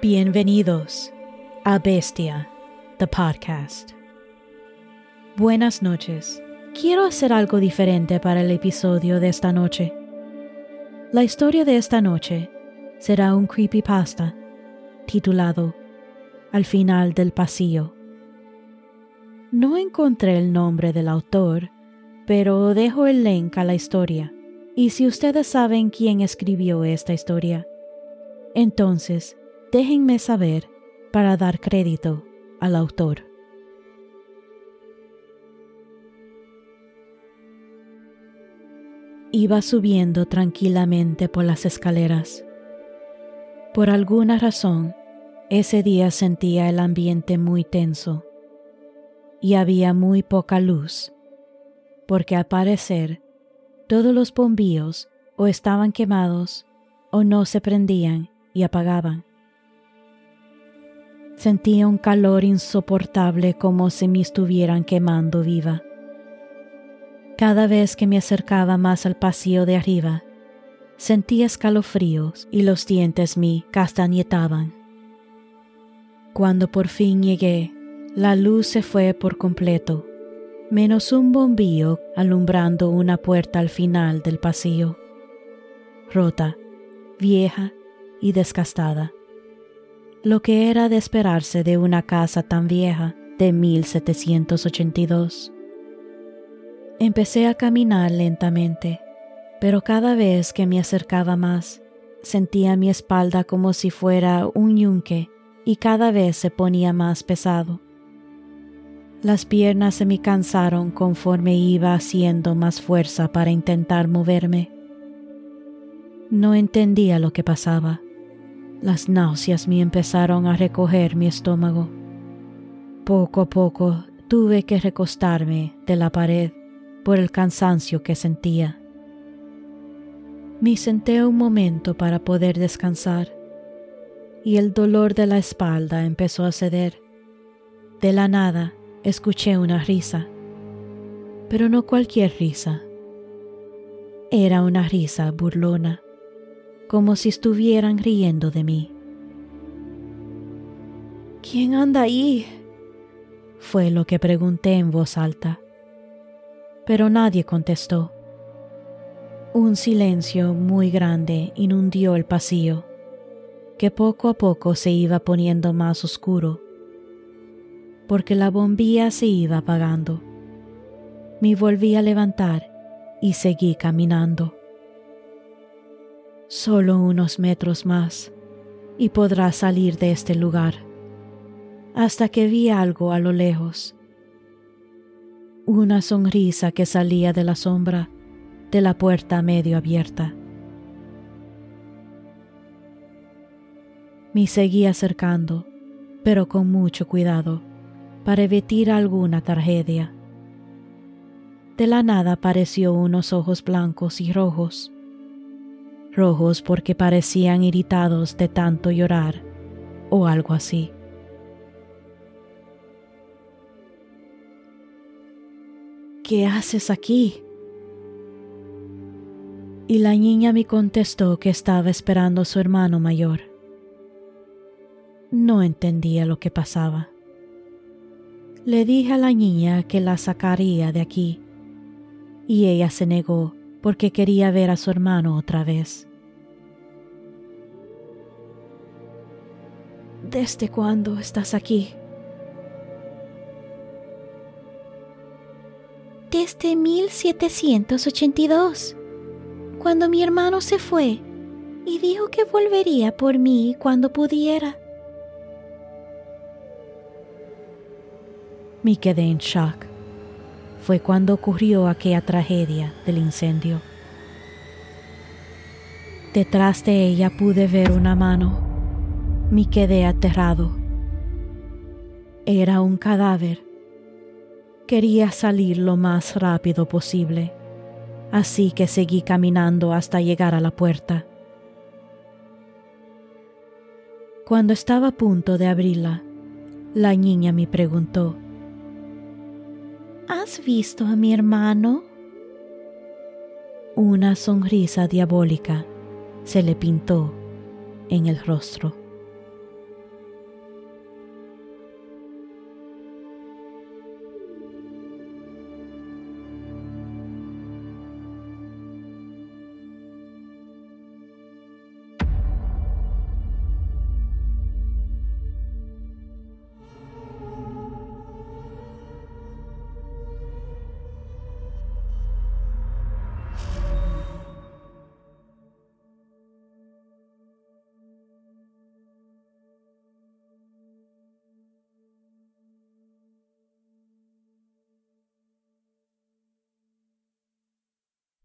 Bienvenidos a Bestia, the podcast. Buenas noches. Quiero hacer algo diferente para el episodio de esta noche. La historia de esta noche será un creepypasta titulado Al final del pasillo. No encontré el nombre del autor, pero dejo el link a la historia. Y si ustedes saben quién escribió esta historia, entonces déjenme saber para dar crédito al autor. Iba subiendo tranquilamente por las escaleras. Por alguna razón, ese día sentía el ambiente muy tenso y había muy poca luz, porque al parecer todos los bombillos o estaban quemados o no se prendían y apagaban. Sentía un calor insoportable como si me estuvieran quemando viva. Cada vez que me acercaba más al pasillo de arriba, sentía escalofríos y los dientes me castañetaban. Cuando por fin llegué, la luz se fue por completo, menos un bombillo alumbrando una puerta al final del pasillo, rota, vieja y desgastada. Lo que era de esperarse de una casa tan vieja de 1782. Empecé a caminar lentamente, pero cada vez que me acercaba más, sentía mi espalda como si fuera un yunque y cada vez se ponía más pesado. Las piernas se me cansaron conforme iba haciendo más fuerza para intentar moverme. No entendía lo que pasaba. Las náuseas me empezaron a recoger mi estómago. Poco a poco tuve que recostarme de la pared por el cansancio que sentía. Me senté un momento para poder descansar y el dolor de la espalda empezó a ceder. De la nada escuché una risa, pero no cualquier risa. Era una risa burlona, como si estuvieran riendo de mí. ¿Quién anda ahí?, fue lo que pregunté en voz alta, pero nadie contestó. Un silencio muy grande inundó el pasillo, que poco a poco se iba poniendo más oscuro, porque la bombilla se iba apagando. Me volví a levantar y seguí caminando. Solo unos metros más y podrá salir de este lugar, hasta que vi algo a lo lejos. Una sonrisa que salía de la sombra de la puerta medio abierta. Me seguí acercando, pero con mucho cuidado, para evitar alguna tragedia. De la nada apareció unos ojos blancos y rojos. Rojos porque parecían irritados de tanto llorar o algo así. ¿Qué haces aquí?, y la niña me contestó que estaba esperando a su hermano mayor. No entendía lo que pasaba. Le dije a la niña que la sacaría de aquí, y ella se negó porque quería ver a su hermano otra vez. ¿Desde cuándo estás aquí? Desde 1782, cuando mi hermano se fue y dijo que volvería por mí cuando pudiera. Me quedé en shock. Fue cuando ocurrió aquella tragedia del incendio. Detrás de ella pude ver una mano. Me quedé aterrado. Era un cadáver. Quería salir lo más rápido posible, así que seguí caminando hasta llegar a la puerta. Cuando estaba a punto de abrirla, la niña me preguntó: ¿Has visto a mi hermano? Una sonrisa diabólica se le pintó en el rostro.